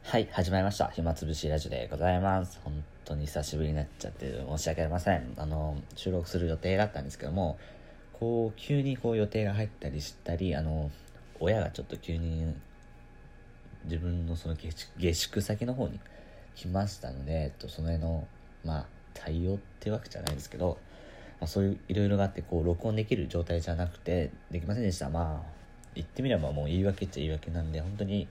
はい、始まりました。暇つぶしラジオでございます。本当に久しぶりになっちゃって申し訳ありません。収録する予定だったんですけども、急に予定が入ったりしたり、親がちょっと急に自分のその下宿先の方に来ましたので、その辺の、対応ってわけじゃないですけど、そういういろいろがあって、録音できる状態じゃなくて、できませんでした。言ってみればもう言い訳っちゃ言い訳なんで、本当に、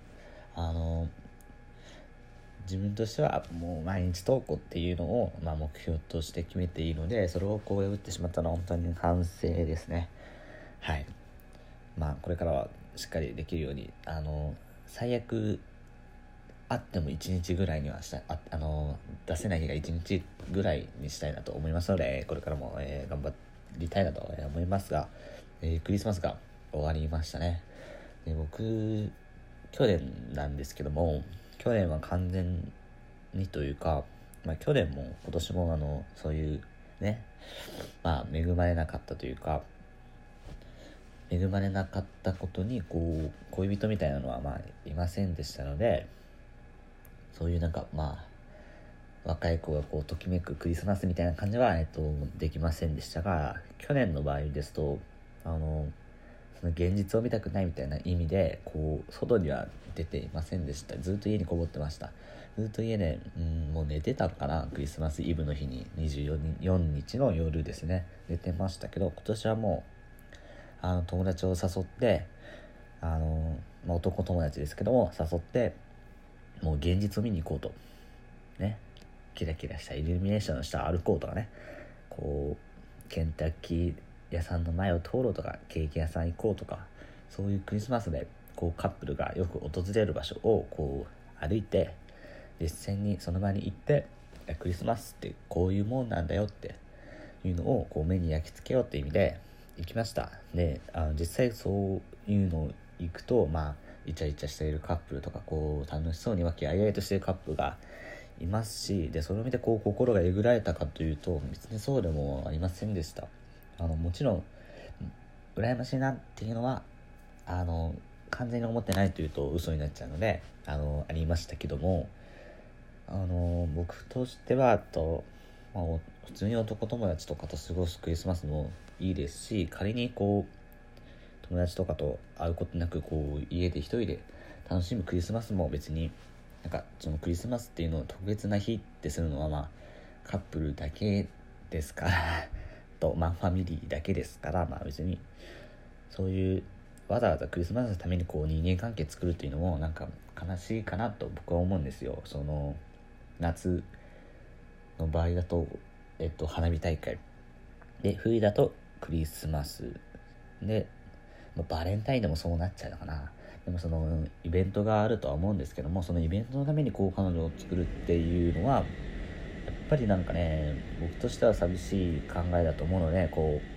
自分としてはもう毎日投稿っていうのを、目標として決めていいので、それを破ってしまったのは本当に反省ですね。はい。これからはしっかりできるように、最悪あっても1日ぐらいにはした出せない日が1日ぐらいにしたいなと思いますので、これからも、頑張りたいなと思いますが、クリスマスが終わりましたね。で、僕去年なんですけども、去年は完全にというか、去年も今年もそういうね、恵まれなかったというか、恵まれなかったことに恋人みたいなのはいませんでしたので、そういう若い子がときめくクリスマスみたいな感じはできませんでしたが、去年の場合ですとその現実を見たくないみたいな意味で外には出ていませんでした。ずっと家にこもってました。ずっと家で、もう寝てたのかな。クリスマスイブの日に24日の夜ですね、寝てましたけど、今年はもう友達を誘って男友達ですけども誘って、もう現実を見に行こうとね、キラキラしたイルミネーションの下を歩こうとかね、ケンタッキー屋さんの前を通ろうとか、ケーキ屋さん行こうとか、そういうクリスマスでカップルがよく訪れる場所を歩いて、実際にその場に行って、クリスマスってこういうもんなんだよっていうのを目に焼き付けようっていう意味で行きました。で、実際そういうのを行くと、イチャイチャしているカップルとか、楽しそうに和気あいあいとしているカップルがいますし、でそれを見て心がえぐられたかというと、別にそうでもありませんでした。もちろん羨ましいなっていうのは完全に思ってないというと嘘になっちゃうのでありましたけども、僕としては普通に男友達とかと過ごすクリスマスもいいですし、仮に友達とかと会うことなく家で一人で楽しむクリスマスも別にそのクリスマスっていうのを特別な日ってするのはカップルだけですからとファミリーだけですから、別にそういうわざわざクリスマスのために人間関係作るっていうのも悲しいかなと僕は思うんですよ。その夏の場合だと、花火大会で、冬だとクリスマスで、バレンタインでもそうなっちゃうのかな。でもそのイベントがあるとは思うんですけども、そのイベントのために彼女を作るっていうのはやっぱり僕としては寂しい考えだと思うので、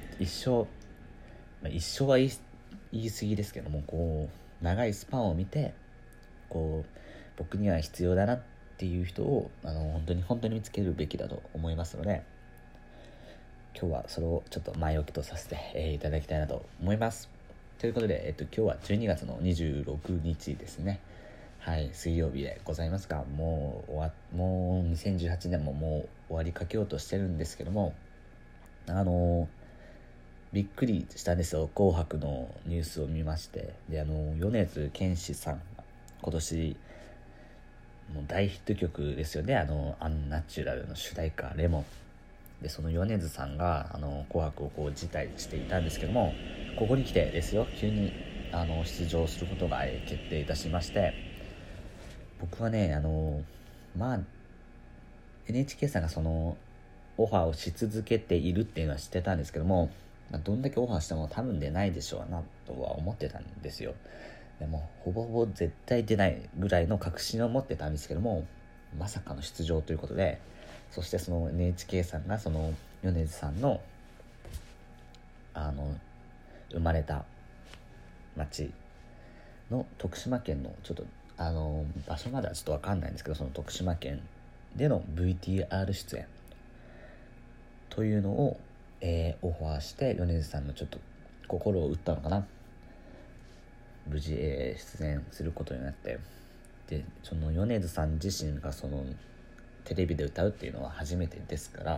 一生は言い過ぎですけども、長いスパンを見て僕には必要だなっていう人を本当に見つけるべきだと思いますので、今日はそれをちょっと前置きとさせて、いただきたいなと思います。ということで、今日は12月の26日ですね。はい、水曜日でございますが、もう2018年ももう終わりかけようとしてるんですけども、びっくりしたんですよ。紅白のニュースを見まして、で米津玄師さん、今年もう大ヒット曲ですよね。アンナチュラルの主題歌レモンで、その米津さんが紅白を辞退していたんですけども、ここに来てですよ、急に出場することが決定いたしまして、僕はねNHK さんがそのオファーをし続けているっていうのは知ってたんですけども、どんだけオファーしても多分出ないでしょうなとは思ってたんですよ。でもほぼほぼ絶対出ないぐらいの確信を持ってたんですけども、まさかの出場ということで、そしてその NHK さんがその米津さんの生まれた町の徳島県のちょっと場所まではちょっと分かんないんですけど、その徳島県での VTR 出演というのを、オファーして米津さんのちょっと心を打ったのかな。無事、出演することになって、 でその米津さん自身がそのテレビで歌うっていうのは初めてですから、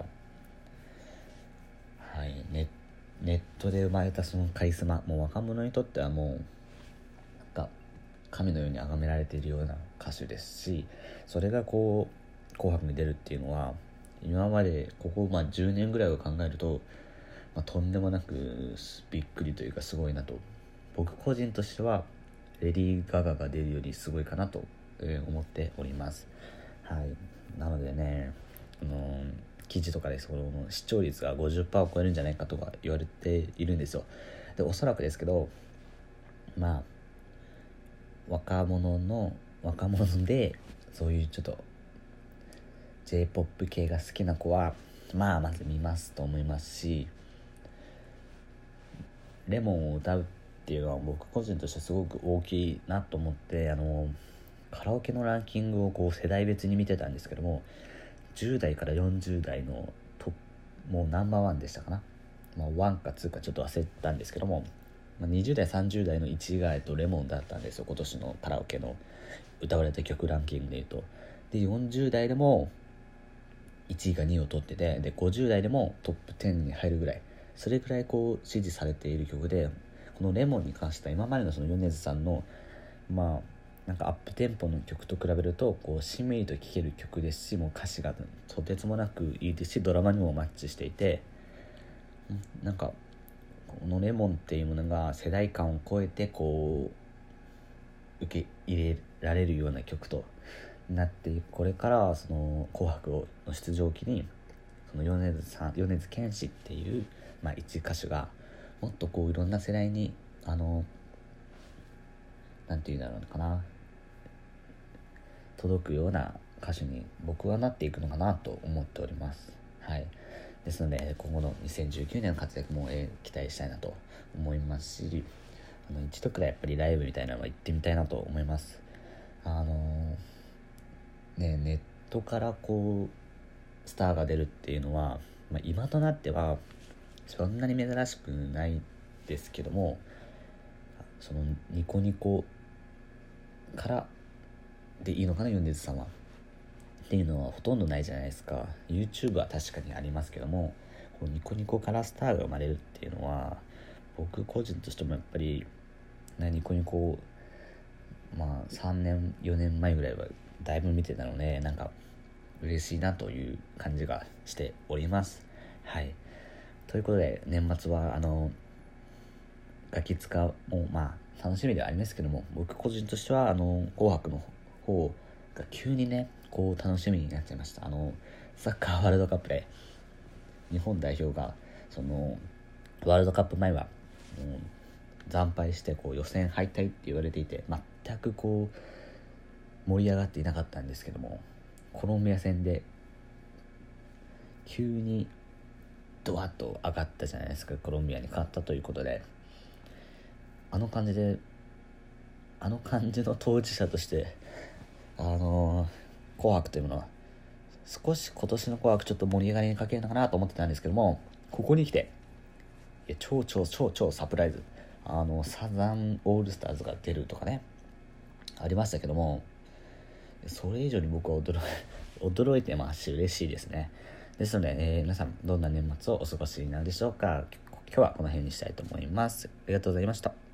はい、ネットで生まれたそのカリスマ、もう若者にとってはもうなんか神のように崇められているような歌手ですし、それがこう紅白に出るっていうのは今までここ10年ぐらいを考えると、とんでもなくびっくりというかすごいなと、僕個人としてはレディー・ガガが出るよりすごいかなと思っております。はい、なのでね、記事とかでその視聴率が 50% を超えるんじゃないかとか言われているんですよ。でおそらくですけど、若者でそういうちょっと J-POP 系が好きな子はまず見ますと思いますし、レモンを歌うっていうのは僕個人としてすごく大きいなと思って、カラオケのランキングをこう世代別に見てたんですけども、10代から40代のもうナンバーワンでしたかな、1か2かちょっと忘れたんですけども、20代30代の1位がレモンだったんですよ、今年のカラオケの歌われた曲ランキングでいうと。で40代でも1位が2位を取ってて、で50代でもトップ10に入るぐらい、それぐらいこう支持されている曲で、このレモンに関しては今までのその米津さんのなんかアップテンポの曲と比べるとこうしんみりと聴ける曲ですし、もう歌詞がとてつもなくいいですし、ドラマにもマッチしていて、なんかこのレモンっていうものが世代間を超えてこう受け入れられるような曲となっていく。これからその紅白の出場を機にその米津玄師っていう、一歌手がもっとこういろんな世代になんていうんだろうかな、届くような歌手に僕はなっていくのかなと思っております。はい、ですので今後の2019年の活躍も期待したいなと思いますし、一度くらいやっぱりライブみたいなのは行ってみたいなと思います。ネットからこうスターが出るっていうのは、今となってはそんなに珍しくないですけども、そのニコニコからでいいのかな、米津さんはっていうのはほとんどないじゃないですか。 YouTube は確かにありますけども、こうニコニコからスターが生まれるっていうのは僕個人としてもやっぱり、ニコニコ3年4年前ぐらいはだいぶ見てたので、なんか嬉しいなという感じがしております。はい、ということで年末はガキ使も楽しみではありますけども、僕個人としては紅白の方が急にねこう楽しみになっちゃいました。サッカーワールドカップで日本代表がそのワールドカップ前は惨敗してこう予選敗退って言われていて、全くこう盛り上がっていなかったんですけども、コロンビア戦で急にドワッと上がったじゃないですか。コロンビアに勝ったということで、あの感じの当事者として紅白というものは少し今年の紅白ちょっと盛り上がりに欠けるのかなと思ってたんですけども、ここに来て超サプライズ、サザンオールスターズが出るとかねありましたけども、それ以上に僕は驚いてますし嬉しいですね。ですので、皆さんどんな年末をお過ごしになるでしょうか。今日はこの辺にしたいと思います。ありがとうございました。